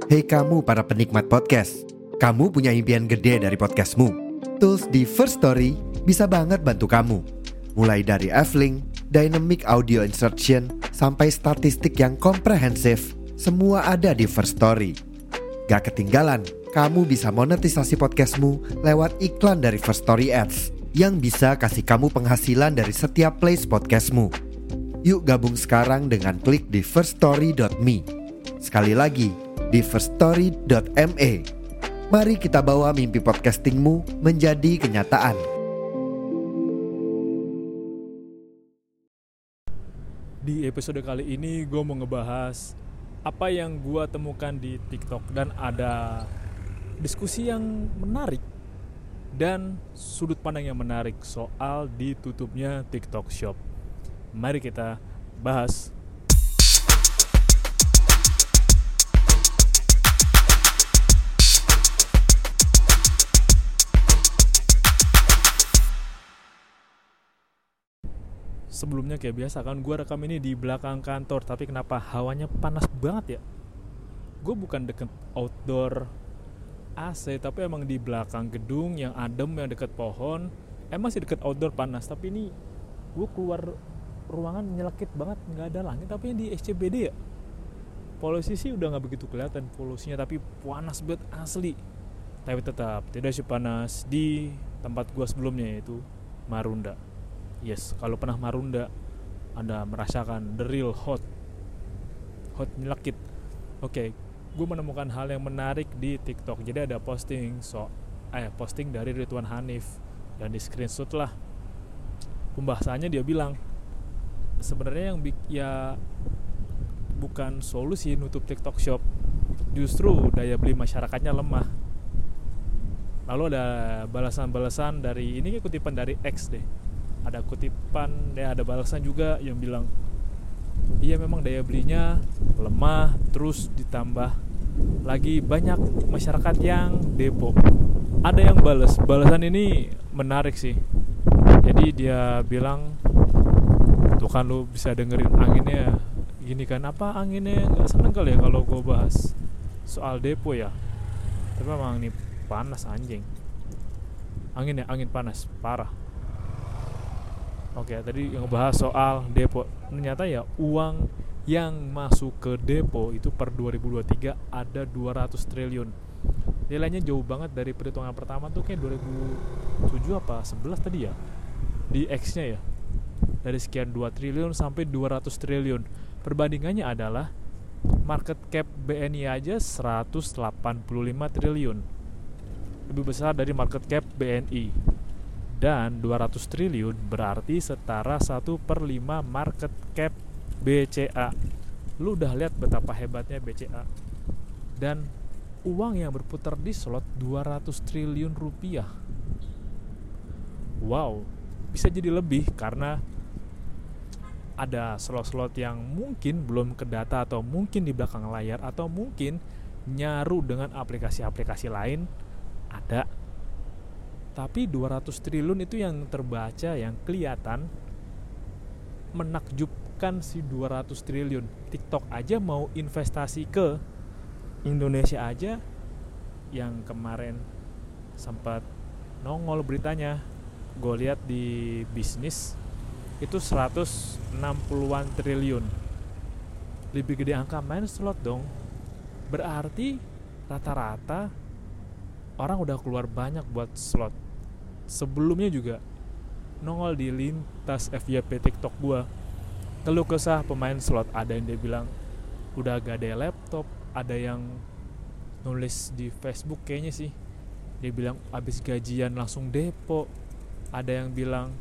Hei kamu para penikmat podcast, kamu punya impian gede dari podcastmu. Tools di First Story bisa banget bantu kamu. Mulai dari F-Link, Dynamic Audio Insertion, sampai statistik yang komprehensif, semua ada di First Story. Gak ketinggalan, kamu bisa monetisasi podcastmu lewat iklan dari First Story Ads yang bisa kasih kamu penghasilan dari setiap plays podcastmu. Yuk gabung sekarang dengan klik di firststory.me. Sekali lagi, di firststory.me. Mari kita bawa mimpi podcastingmu menjadi kenyataan. Di episode kali ini gue mau ngebahas apa yang gue temukan di TikTok. Dan ada diskusi yang menarik dan sudut pandang yang menarik soal ditutupnya TikTok Shop. Mari kita bahas. Sebelumnya kayak biasa kan, gue rekam ini di belakang kantor. Tapi kenapa hawanya panas banget ya? Gue bukan deket outdoor AC, tapi emang di belakang gedung yang adem, yang deket pohon. Emang sih deket outdoor panas, tapi ini gue keluar ruangan nyelekit banget, gak ada langit. Tapi di SCBD ya, polusi sih udah gak begitu kelihatan polusinya, tapi panas banget asli. Tapi tetap tidak sepanas di tempat gue sebelumnya, yaitu Marunda. Yes, kalau pernah Marunda, Anda merasakan the real hot nyelekit. Oke, gue menemukan hal yang menarik di TikTok. Jadi ada posting dari Ridwan Hanif, dan di screenshot lah. Pembahasannya dia bilang sebenarnya yang bukan solusi nutup TikTok Shop, justru daya beli masyarakatnya lemah. Lalu ada balasan-balasan dari, ini kutipan dari X deh. Ada kutipan, ada balasan juga yang bilang, iya memang daya belinya lemah, terus ditambah lagi banyak masyarakat yang depo. Ada yang balasan ini menarik sih. Jadi dia bilang, tuh kan lu bisa dengerin anginnya gini kan, apa anginnya gak seneng kali ya kalau gue bahas soal depo ya. Tapi memang ini panas anjing. Angin panas, parah. Oke, tadi yang ngebahas soal depo. Ternyata ya uang yang masuk ke depo itu per 2023 ada 200 triliun. Nilainya jauh banget dari perhitungan pertama tuh, kayak 2007 apa 11 tadi ya, di X-nya ya. Dari sekian 2 triliun sampai 200 triliun. Perbandingannya adalah market cap BNI aja 185 triliun. Lebih besar dari market cap BNI. Dan 200 triliun berarti setara 1/5 market cap BCA. Lu udah lihat betapa hebatnya BCA. Dan uang yang berputar di slot 200 triliun rupiah. Wow, bisa jadi lebih karena ada slot-slot yang mungkin belum ke data, atau mungkin di belakang layar, atau mungkin nyaru dengan aplikasi-aplikasi lain ada. Tapi 200 triliun itu yang terbaca, yang kelihatan menakjubkan si 200 triliun. TikTok aja mau investasi ke Indonesia aja, yang kemarin sempat nongol beritanya, gue lihat di bisnis itu 160-an triliun. Lebih gede angka main slot dong. Berarti rata-rata orang udah keluar banyak buat slot. Sebelumnya juga nongol di lintas FYP TikTok gua, keluh kesah pemain slot. Ada yang dia bilang udah gak ada laptop, ada yang nulis di Facebook kayaknya sih, dia bilang abis gajian langsung depo. Ada yang bilang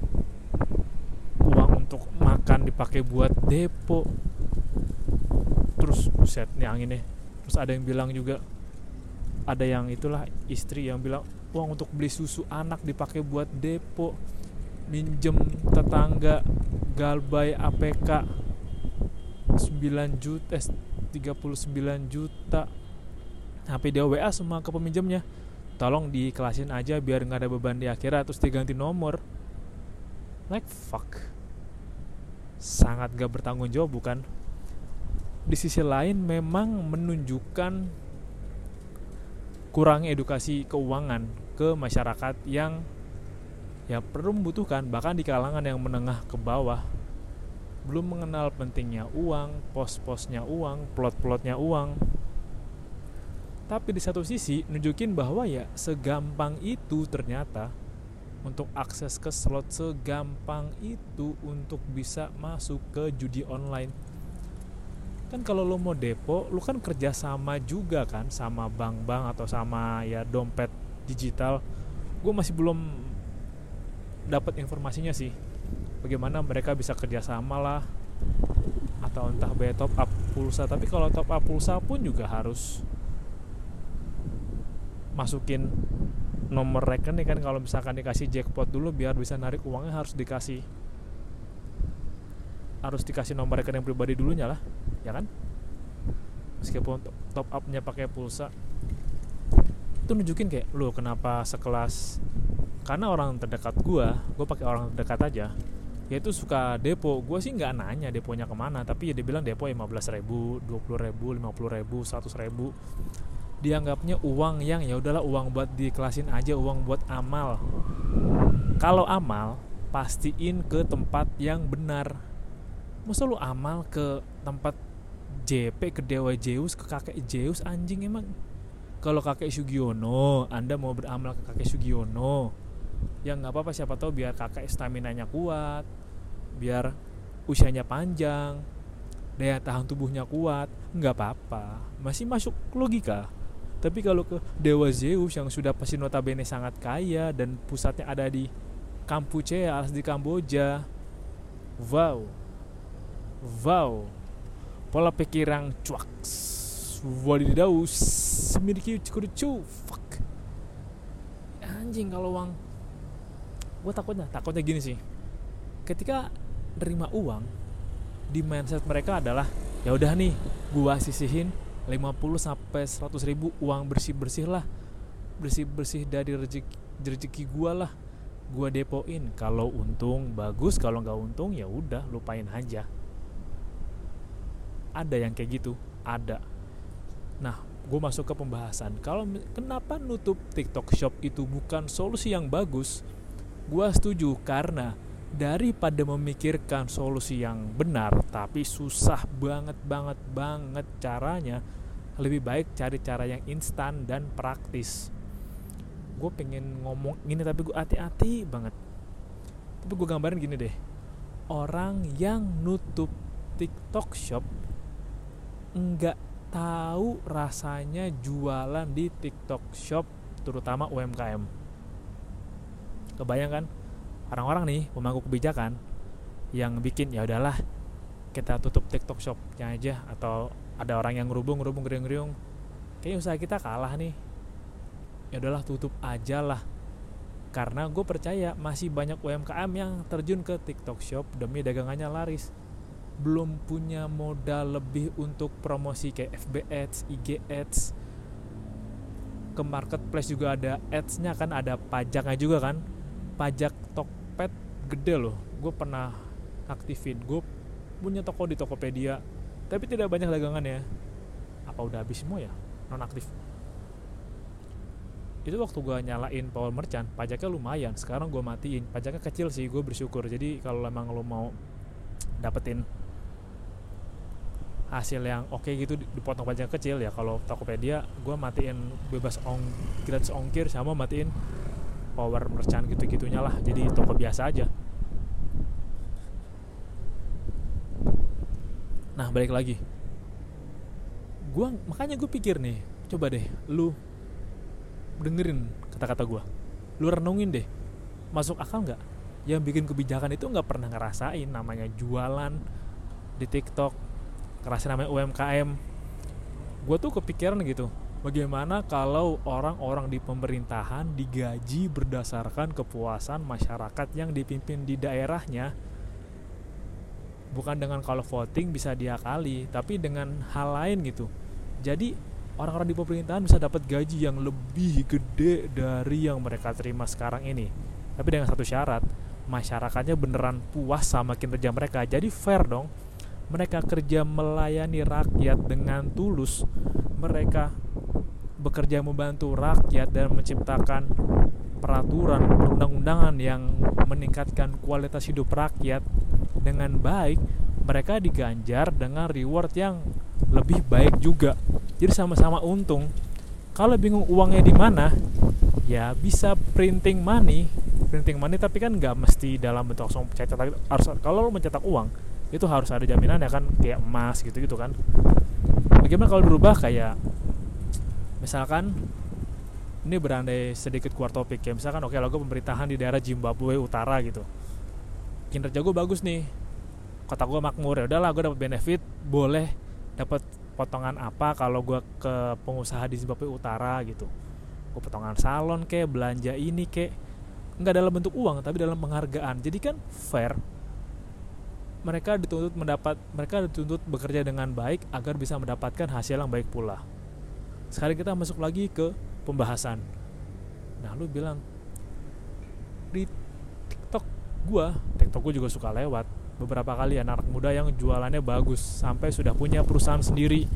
uang untuk makan dipakai buat depo. Terus buset nih anginnya. Terus ada yang bilang juga, ada yang itulah istri yang bilang uang untuk beli susu anak dipakai buat depo, minjem tetangga Galbay APK 39 juta. Sampai dia WA semua ke peminjamnya, tolong dikelasin aja biar gak ada beban di akhirat, terus diganti nomor. Like fuck. Sangat gak bertanggung jawab bukan? di sisi lain memang menunjukkan kurangnya edukasi keuangan ke masyarakat yang ya perlu membutuhkan, bahkan di kalangan yang menengah ke bawah belum mengenal pentingnya uang, pos-posnya uang, plot-plotnya uang. Tapi di satu sisi nunjukin bahwa ya segampang itu ternyata untuk akses ke slot, segampang itu untuk bisa masuk ke judi online. Kan kalau lo mau depo, lo kan kerja sama juga kan sama bank-bank atau sama ya dompet digital. Gue masih belum dapat informasinya sih, bagaimana mereka bisa kerja sama lah, atau entah bayar top up pulsa. Tapi kalau top up pulsa pun juga harus masukin nomor rekening kan, kalau misalkan dikasih jackpot dulu biar bisa narik uangnya harus dikasih nomor rekening pribadi dulunya lah, ya kan? Meskipun top upnya pakai pulsa. Itu nunjukin kayak lu kenapa sekelas, karena orang terdekat gue pakai orang terdekat aja, yaitu suka depo. Gue sih nggak nanya deponya kemana, tapi ya dia bilang depo 15.000, 20.000, 50.000, 100.000. Dianggapnya uang yang ya udahlah, uang buat dikelasin aja, uang buat amal. Kalau amal pastiin ke tempat yang benar. Masa lu amal ke tempat JP, ke Dewa Zeus, ke kakek Zeus? Anjing emang. Kalau kakek Sugiono, Anda mau beramal ke kakek Sugiono, ya nggak apa-apa, siapa tahu biar kakek staminanya kuat, biar usianya panjang, daya tahan tubuhnya kuat, nggak apa-apa, masih masuk logika. Tapi kalau ke Dewa Zeus yang sudah pasti notabene sangat kaya dan pusatnya ada di Kampuchea alias di Kamboja, wow, pola pikiran cuaks, wadidaus, memiliki cukup fuck. Anjing kalau uang, gue takutnya gini sih, ketika nerima uang, di mindset mereka adalah ya udah nih, gue sisihin 50-100 ribu uang bersih lah, bersih dari rezeki gue lah, gue depoin. Kalau untung bagus, kalau nggak untung ya udah lupain aja. Ada yang kayak gitu, ada. Nah, gue masuk ke pembahasan. Kalau kenapa nutup TikTok Shop itu bukan solusi yang bagus, gue setuju, karena daripada memikirkan solusi yang benar tapi susah banget caranya, lebih baik cari cara yang instan dan praktis. Gue pengen ngomong gini tapi gue hati-hati banget. Tapi gue gambarin gini deh, orang yang nutup TikTok Shop nggak tahu rasanya jualan di TikTok Shop, terutama UMKM. Kebayang kan orang-orang nih pemangku kebijakan yang bikin ya udahlah kita tutup TikTok Shop-nya aja, atau ada orang yang ngerubung ngeriung-ngeriung, kayaknya usaha kita kalah nih, ya udahlah tutup aja lah. Karena gue percaya masih banyak UMKM yang terjun ke TikTok Shop demi dagangannya laris, belum punya modal lebih untuk promosi kayak FB Ads, IG Ads. Ke marketplace juga ada ads-nya kan, ada pajaknya juga kan, pajak Tokped gede loh. Gue pernah aktifin, gue punya toko di Tokopedia, tapi tidak banyak dagangannya. Apa udah habis semua ya, non aktif. Itu waktu gue nyalain Power Merchant, pajaknya lumayan. Sekarang gue matiin, pajaknya kecil sih, gue bersyukur. Jadi kalau emang lo mau dapetin hasil yang oke gitu, dipotong pajak kecil ya. Kalau Tokopedia gue matiin bebas gratis ongkir, sama matiin Power Merchant gitu-gitunya lah. Jadi toko biasa aja. Nah, balik lagi, makanya gue pikir nih, coba deh lu dengerin kata-kata gue, lu renungin deh, masuk akal nggak? Yang bikin kebijakan itu nggak pernah ngerasain namanya jualan di TikTok, ngerasain namanya UMKM. Gue tuh kepikiran gitu, bagaimana kalau orang-orang di pemerintahan digaji berdasarkan kepuasan masyarakat yang dipimpin di daerahnya. Bukan dengan kalau voting bisa diakali, tapi dengan hal lain gitu. Jadi orang-orang di pemerintahan bisa dapat gaji yang lebih gede dari yang mereka terima sekarang ini. Tapi dengan satu syarat, masyarakatnya beneran puas sama kinerja mereka. Jadi fair dong. mereka kerja melayani rakyat dengan tulus, mereka bekerja membantu rakyat dan menciptakan peraturan perundang-undangan yang meningkatkan kualitas hidup rakyat dengan baik, mereka diganjar dengan reward yang lebih baik juga. Jadi sama-sama untung. Kalau bingung uangnya di mana, ya bisa printing money tapi kan nggak mesti dalam bentuk langsung cetak. Harus, kalau lo mencetak uang itu harus ada jaminan ya kan, kayak emas gitu kan. Bagaimana kalau berubah kayak misalkan, ini berandai sedikit keluar topik ya, misalkan oke, logo pemerintahan di daerah Zimbabwe Utara gitu, kinerja gue bagus nih, kota gue makmur, ya udahlah gue dapat benefit, boleh dapat potongan apa kalau gue ke pengusaha di Zimbabwe Utara gitu, gue potongan salon kek, belanja ini kek, nggak dalam bentuk uang tapi dalam penghargaan. Jadi kan fair, mereka dituntut bekerja dengan baik agar bisa mendapatkan hasil yang baik pula. Sekarang kita masuk lagi ke pembahasan. Nah, lu bilang di TikTok gue juga suka lewat beberapa kali anak muda yang jualannya bagus sampai sudah punya perusahaan sendiri.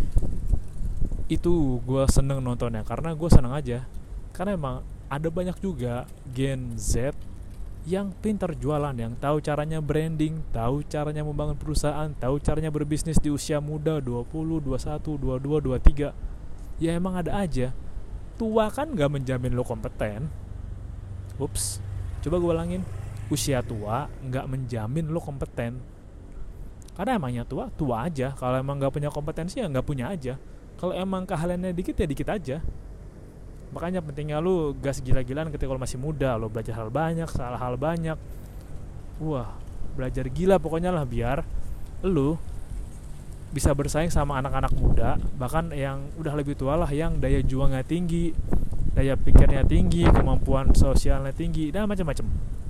Itu gue seneng nontonnya karena gue seneng aja. Karena emang ada banyak juga Gen Z yang pintar jualan, yang tahu caranya branding, tahu caranya membangun perusahaan, tahu caranya berbisnis di usia muda 20, 21, 22, 23. Ya emang ada aja. Tua kan gak menjamin lo kompeten. Ups, coba gue ulangin. Usia tua gak menjamin lo kompeten. Karena emangnya tua aja. Kalau emang gak punya kompetensi ya gak punya aja. Kalau emang keahliannya dikit ya dikit aja. Makanya pentingnya lo gas gila-gilaan ketika lo masih muda. Lo belajar hal banyak, salah hal banyak. Wah, belajar gila pokoknya lah, biar lo bisa bersaing sama anak-anak muda, bahkan yang udah lebih tua lah, yang daya juangnya tinggi, daya pikirnya tinggi, kemampuan sosialnya tinggi, dan macam-macam.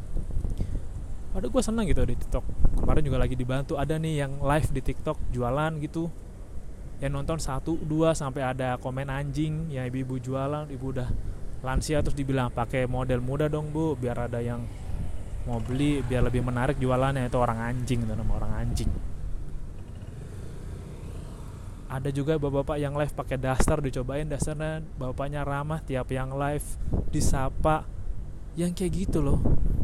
Ada gue senang gitu di TikTok. Kemarin juga lagi dibantu, ada nih yang live di TikTok jualan gitu, yang nonton 1-2 sampai ada komen anjing, ya ibu-ibu jualan, ibu udah lansia terus dibilang pakai model muda dong bu, biar ada yang mau beli, biar lebih menarik jualannya. Itu orang anjing, itu nama orang anjing. Ada juga bapak-bapak yang live pakai daster, dicobain dasternya, bapaknya ramah, tiap yang live disapa, yang kayak gitu loh.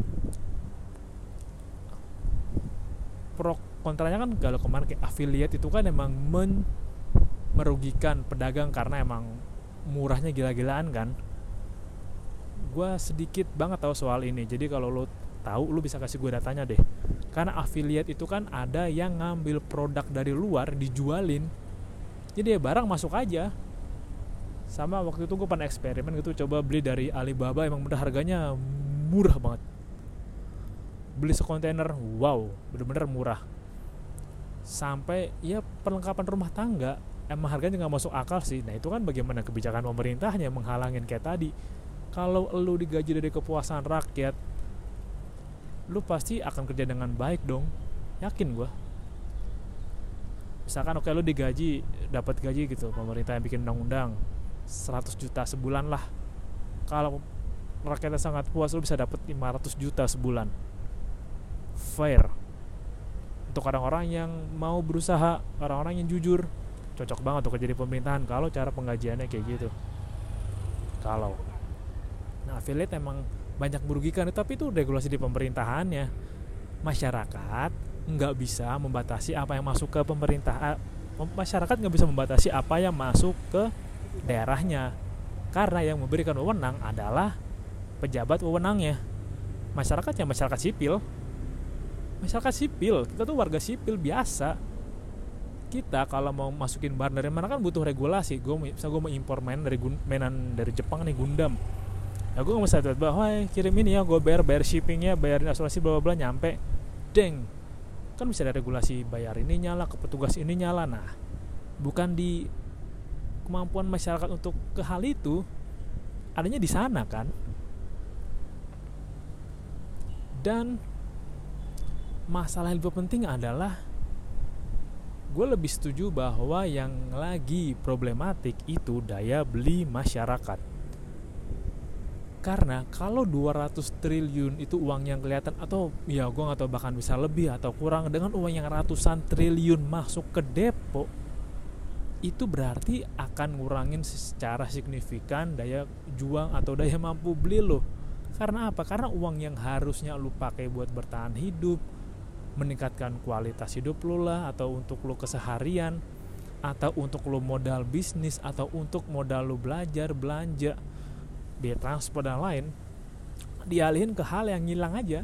Pro kontranya kan kalau kemarin kayak affiliate itu kan emang merugikan pedagang karena emang murahnya gila-gilaan kan. Gue sedikit banget tahu soal ini, jadi kalau lo tahu lo bisa kasih gue datanya deh. Karena affiliate itu kan ada yang ngambil produk dari luar dijualin. Jadi ya barang masuk aja. Sama waktu itu gue pernah eksperimen gitu, coba beli dari Alibaba, emang bener harganya murah banget. Beli sekontainer, wow, bener-bener murah. Sampai ya perlengkapan rumah tangga, emang harganya gak masuk akal sih. Nah itu kan bagaimana kebijakan pemerintahnya menghalangin kayak tadi. Kalau lu digaji dari kepuasan rakyat, lu pasti akan kerja dengan baik dong, yakin gue. Misalkan oke, lu digaji, dapat gaji gitu, pemerintah yang bikin undang-undang 100 juta sebulan lah. Kalau rakyatnya sangat puas, lu bisa dapat 500 juta sebulan. Fair. Untuk orang-orang yang mau berusaha, orang-orang yang jujur, cocok banget untuk kerja di pemerintahan kalau cara penggajiannya kayak gitu. Kalau affiliate emang banyak merugikan, tapi itu regulasi di pemerintahannya. Masyarakat nggak bisa membatasi apa yang masuk ke pemerintah. Masyarakat nggak bisa membatasi apa yang masuk ke daerahnya, karena yang memberikan wewenang adalah pejabat wewenangnya. Masyarakatnya masyarakat sipil. Kita tuh warga sipil biasa. Kita kalau mau masukin barang dari mana kan butuh regulasi. Gue mau impor mainan dari Jepang nih, Gundam. Ya gue nggak bisa tiba-tiba, kirim ini ya, gue bayar shippingnya, bayarin asuransi bla bla bla, nyampe, deng. Kan bisa ada regulasi, bayar ini nyala, ke petugas ini nyala. Nah, bukan di kemampuan masyarakat untuk ke hal itu, adanya di sana kan. Dan masalah yang lebih penting adalah, gue lebih setuju bahwa yang lagi problematik itu daya beli masyarakat. Karena kalau 200 triliun itu uang yang kelihatan, atau ya gue gak tahu bahkan bisa lebih atau kurang, dengan uang yang ratusan triliun masuk ke depo, itu berarti akan ngurangin secara signifikan daya juang atau daya mampu beli lo. Karena apa? Karena uang yang harusnya lo pakai buat bertahan hidup, meningkatkan kualitas hidup lo lah, atau untuk lo keseharian, atau untuk lo modal bisnis, atau untuk modal lo belajar, belanja, biaya transport dan lain, dialihin ke hal yang ngilang aja.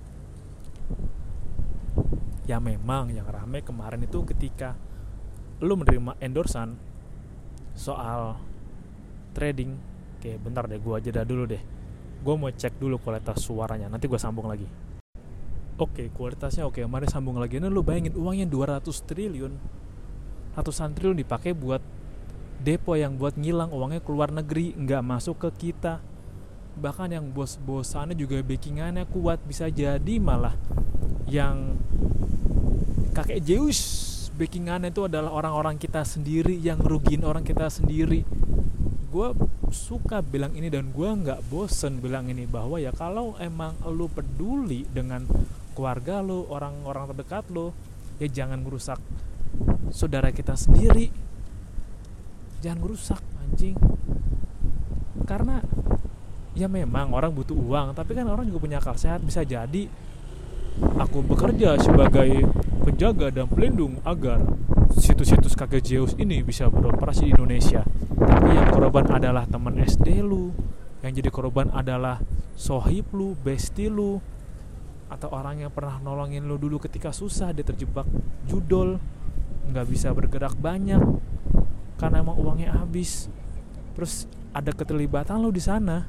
Ya memang yang rame kemarin itu ketika lu menerima endorsan soal trading. Oke, bentar deh, gua jeda dulu deh. Gua mau cek dulu kualitas suaranya, nanti gua sambung lagi. Oke, kualitasnya oke, mari sambung lagi. Nah, lu bayangin uangnya 200 triliun, ratusan triliun dipakai buat depo yang buat ngilang, uangnya keluar negeri, nggak masuk ke kita. Bahkan yang bos-bosannya juga backingannya kuat, bisa jadi malah yang kakek Zeus backingannya itu adalah orang-orang kita sendiri, yang rugiin orang kita sendiri. Gue suka bilang ini dan gue nggak bosen bilang ini, bahwa ya kalau emang lu peduli dengan keluarga lu, orang-orang terdekat lu, ya jangan merusak saudara kita sendiri. Jangan merusak, anjing. Karena ya memang orang butuh uang, tapi kan orang juga punya akal sehat. Bisa jadi aku bekerja sebagai penjaga dan pelindung agar situs-situs kakek Zeus ini bisa beroperasi di Indonesia, tapi yang korban adalah teman SD lu, yang jadi korban adalah sohib lu, besti lu, atau orang yang pernah nolongin lu dulu ketika susah, dia terjebak judol, gak bisa bergerak banyak karena emang uangnya habis. Terus ada keterlibatan lo di sana.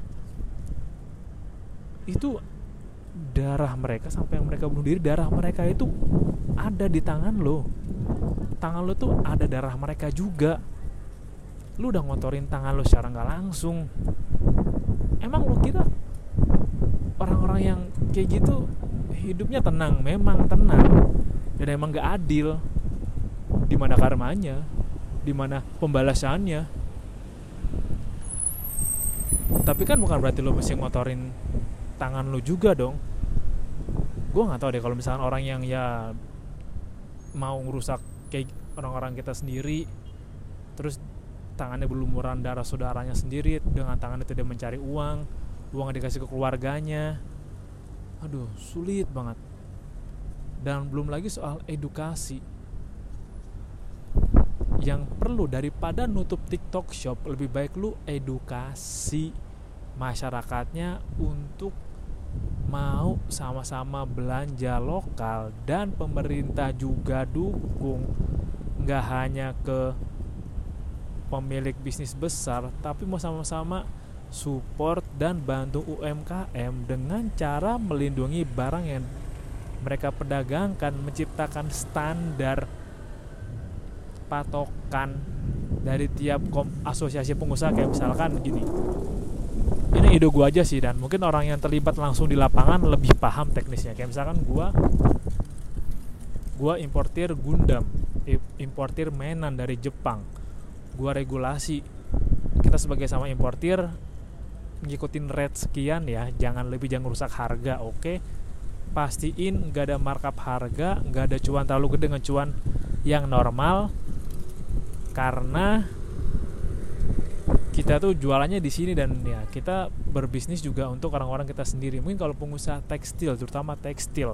Itu darah mereka, sampai yang mereka bunuh diri, darah mereka itu ada di tangan lo. Tangan lo tuh ada darah mereka juga. Lo udah ngotorin tangan lo secara gak langsung. Emang lo kira orang-orang yang kayak gitu hidupnya tenang? Memang tenang, dan emang gak adil. Di mana karmanya? Di mana pembalasannya? Tapi kan bukan berarti lo mesti ngotorin tangan lo juga dong. Gue nggak tahu deh kalau misalkan orang yang ya mau ngerusak kayak orang-orang kita sendiri, terus tangannya berlumuran darah saudaranya sendiri, dengan tangan itu dia mencari uang dikasih ke keluarganya. Aduh, sulit banget. Dan belum lagi soal edukasi. Yang perlu, daripada nutup TikTok Shop, lebih baik lu edukasi masyarakatnya untuk mau sama-sama belanja lokal, dan pemerintah juga dukung, nggak hanya ke pemilik bisnis besar, tapi mau sama-sama support dan bantu UMKM dengan cara melindungi barang yang mereka perdagangkan, menciptakan standar patokan dari tiap asosiasi pengusaha. Kayak misalkan gini, ini ide gue aja sih, dan mungkin orang yang terlibat langsung di lapangan lebih paham teknisnya. Kayak misalkan gue importir Gundam, importir mainan dari Jepang, gue regulasi, kita sebagai sama importir ngikutin rate sekian ya, jangan rusak harga, oke? Pastiin gak ada markup harga, gak ada cuan terlalu gede dengan cuan yang normal, karena kita tuh jualannya di sini, dan ya kita berbisnis juga untuk orang-orang kita sendiri. Mungkin kalau pengusaha tekstil, terutama tekstil,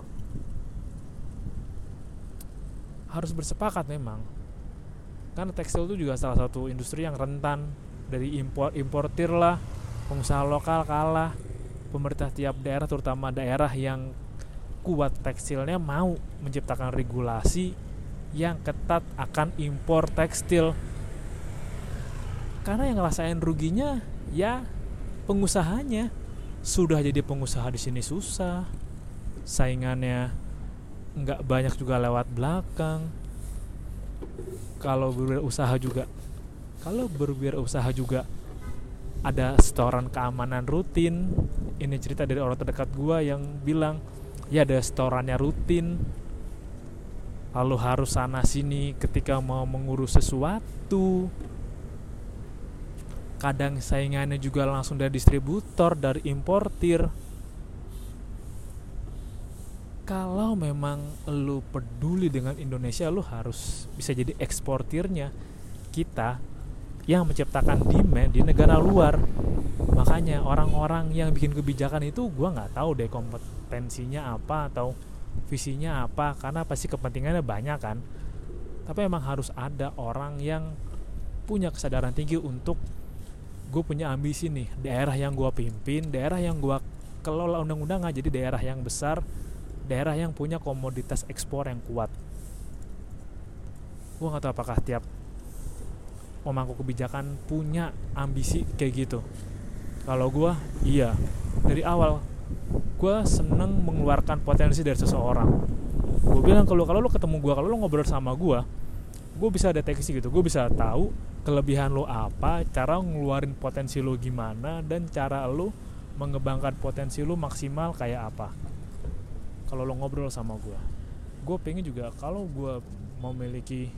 harus bersepakat memang, karena tekstil itu juga salah satu industri yang rentan dari importir lah, pengusaha lokal kalah, pemerintah tiap daerah, terutama daerah yang kuat tekstilnya, mau menciptakan regulasi yang ketat akan impor tekstil. Karena yang ngerasain ruginya ya pengusahanya. Sudah jadi pengusaha di sini susah, saingannya nggak banyak juga lewat belakang. Kalau berwirausaha juga ada setoran keamanan rutin. Ini cerita dari orang terdekat gua yang bilang, ya ada setorannya rutin, lalu harus sana sini ketika mau mengurus sesuatu. kadang saingannya juga langsung dari distributor, dari importir. Kalau memang lu peduli dengan Indonesia, lu harus bisa jadi eksportirnya kita yang menciptakan demand di negara luar. Makanya orang-orang yang bikin kebijakan itu gue nggak tahu deh kompetensinya apa atau visinya apa, karena pasti kepentingannya banyak kan. Tapi emang harus ada orang yang punya kesadaran tinggi untuk gue punya ambisi nih, daerah yang gue pimpin, daerah yang gue kelola undang-undangan jadi daerah yang besar, daerah yang punya komoditas ekspor yang kuat. Gue gak tahu apakah tiap pemangku kebijakan punya ambisi kayak gitu. Kalau gue, iya. Dari awal gue seneng mengeluarkan potensi dari seseorang. Gue bilang kalau lu ketemu gue, kalau lu ngobrol sama gue bisa deteksi gitu. Gue bisa tahu kelebihan lu apa, cara ngeluarin potensi lu gimana, dan cara lu mengembangkan potensi lu maksimal kayak apa. Kalau lo ngobrol sama gue pengen juga kalau gue memiliki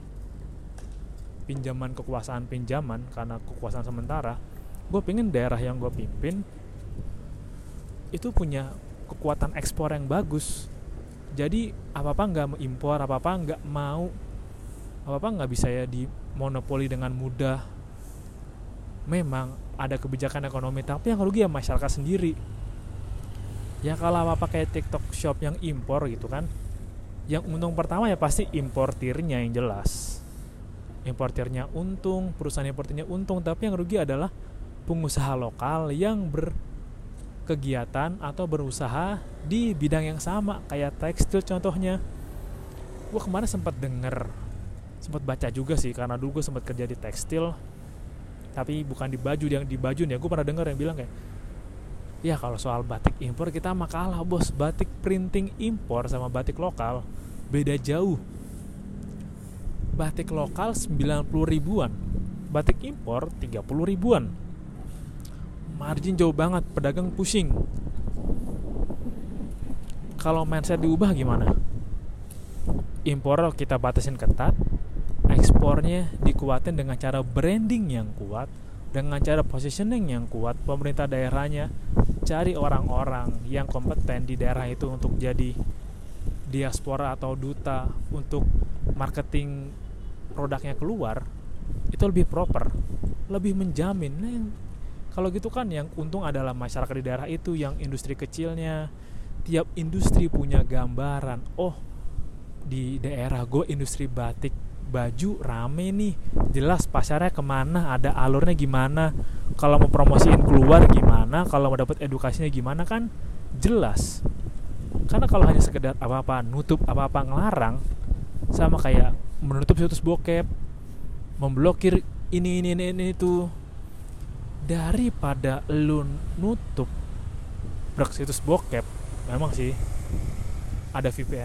kekuasaan pinjaman karena kekuasaan sementara, gue pengen daerah yang gue pimpin itu punya kekuatan ekspor yang bagus. Jadi apa-apa nggak mau impor, apa-apa nggak bisa ya dimonopoli dengan mudah. Memang ada kebijakan ekonomi, tapi yang rugi ya masyarakat sendiri. Ya kalau apa pakai TikTok Shop yang impor gitu kan, yang untung pertama ya pasti importirnya yang jelas. Importirnya untung, perusahaan importirnya untung, tapi yang rugi adalah pengusaha lokal yang berkegiatan atau berusaha di bidang yang sama kayak tekstil contohnya. Gue kemarin sempat baca juga sih, karena dulu gue sempat kerja di tekstil, tapi bukan di baju, yang di baju nih gue pernah dengar yang bilang kayak, ya kalau soal batik impor kita mah kalah bos. Batik printing impor sama batik lokal beda jauh. Batik lokal 90 ribuan, batik impor 30 ribuan. Margin jauh banget, pedagang pusing. Kalau mindset diubah gimana? Impor kita batasin ketat, ekspornya dikuatin dengan cara branding yang kuat, dengan cara positioning yang kuat. Pemerintah daerahnya cari orang-orang yang kompeten di daerah itu untuk jadi diaspora atau duta untuk marketing produknya keluar. Itu lebih proper, lebih menjamin. Kalau gitu kan yang untung adalah masyarakat di daerah itu, yang industri kecilnya. Tiap industri punya gambaran, oh di daerah gue industri batik baju rame nih, jelas pasarnya kemana, ada alurnya gimana, kalau mau promosiin keluar gimana, kalau mau dapat edukasinya gimana, kan jelas. Karena kalau hanya sekedar apa-apa nutup, apa-apa ngelarang, sama kayak menutup situs bokep, memblokir ini itu. Daripada lu nutup situs bokep, memang sih ada VPN,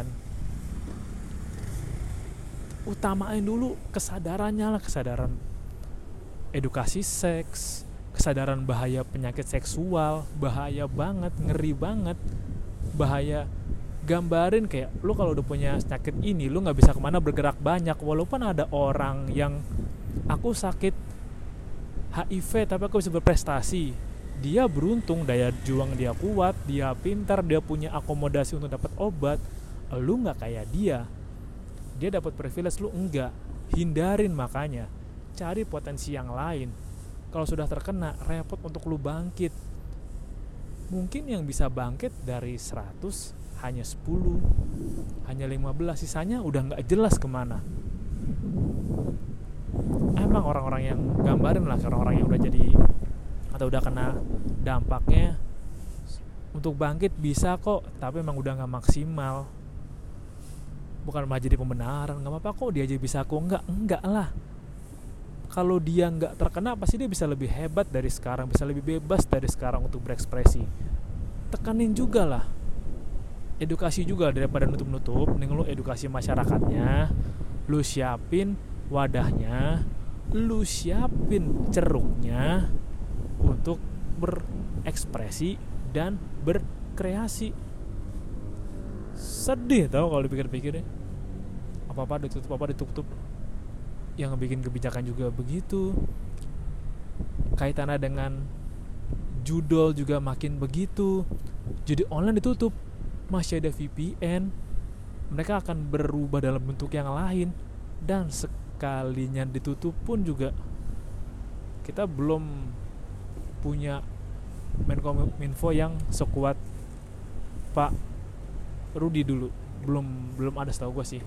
utamain dulu kesadarannya lah, kesadaran edukasi seks, kesadaran bahaya penyakit seksual, bahaya banget, ngeri banget, bahaya. Gambarin kayak lu kalau udah punya penyakit ini, lu nggak bisa kemana bergerak banyak, walaupun ada orang yang aku sakit HIV tapi aku bisa berprestasi, dia beruntung, daya juang dia kuat, dia pintar, dia punya akomodasi untuk dapat obat. Lu nggak kayak dia dapat privilege, lu enggak. Hindarin, makanya cari potensi yang lain. Kalau sudah terkena, repot untuk lu bangkit. Mungkin yang bisa bangkit dari 100 hanya 10, hanya 15, sisanya udah gak jelas kemana. Emang orang-orang yang gambarin lah, orang-orang yang udah jadi atau udah kena dampaknya, untuk bangkit bisa kok, tapi emang udah gak maksimal. Bukan malah jadi pembenaran, gak apa-apa kok dia aja bisa, kok enggak lah. Kalau dia gak terkena, pasti dia bisa lebih hebat dari sekarang, bisa lebih bebas dari sekarang untuk berekspresi. Tekanin juga lah, edukasi juga, daripada nutup-nutup, mending lu edukasi masyarakatnya, lu siapin wadahnya, lu siapin ceruknya untuk berekspresi dan berkreasi. Sedih tau kalau dipikir-pikir ya, apa-apa ditutup, Yang bikin kebijakan juga begitu. kaitannya dengan judul juga makin begitu. Jadi online ditutup, masih ada VPN, mereka akan berubah dalam bentuk yang lain. Dan sekalinya ditutup pun juga kita belum punya Menkominfo yang sekuat Pak Rudi dulu. Belum ada, setahu gue sih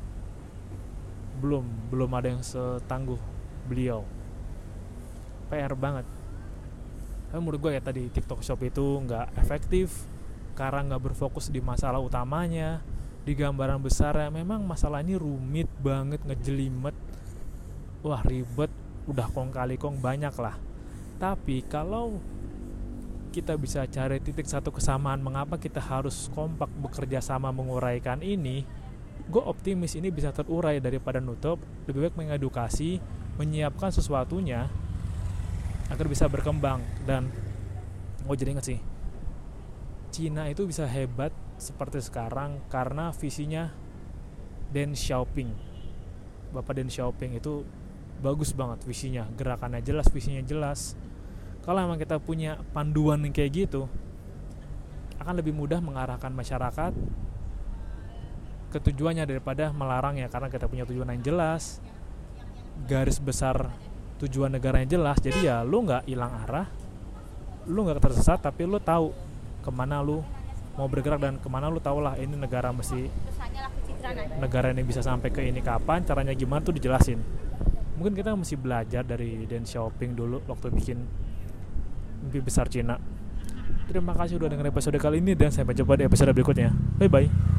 belum ada yang setangguh beliau. PR banget. Tapi menurut gue ya tadi TikTok Shop itu nggak efektif karena nggak berfokus di masalah utamanya, di gambaran besarnya. Memang masalah ini rumit banget, ngejelimet, wah ribet, udah kong kali kong banyak lah. Tapi kalau kita bisa cari titik satu kesamaan mengapa kita harus kompak bekerja sama menguraikan ini, gue optimis ini bisa terurai daripada nutup. Lebih baik mengedukasi, menyiapkan sesuatunya agar bisa berkembang. Dan gue jadi inget sih, Cina itu bisa hebat seperti sekarang karena visinya Deng Xiaoping. Bapak Deng Xiaoping itu bagus banget visinya, gerakannya jelas, visinya jelas. Kalau emang kita punya panduan yang kayak gitu, akan lebih mudah mengarahkan masyarakat ke tujuannya daripada melarangnya, karena kita punya tujuan yang jelas, garis besar tujuan negaranya jelas. Jadi ya lu gak hilang arah, lu gak tersesat, tapi lu tahu kemana lu mau bergerak dan kemana lu tahu lah ini negara ini bisa sampai ke ini kapan, caranya gimana tuh dijelasin. Mungkin kita mesti belajar dari Deng Xiaoping dulu waktu bikin Mimpi Besar Cina. Terima kasih udah dengerin episode kali ini dan sampai jumpa di episode berikutnya. Bye bye.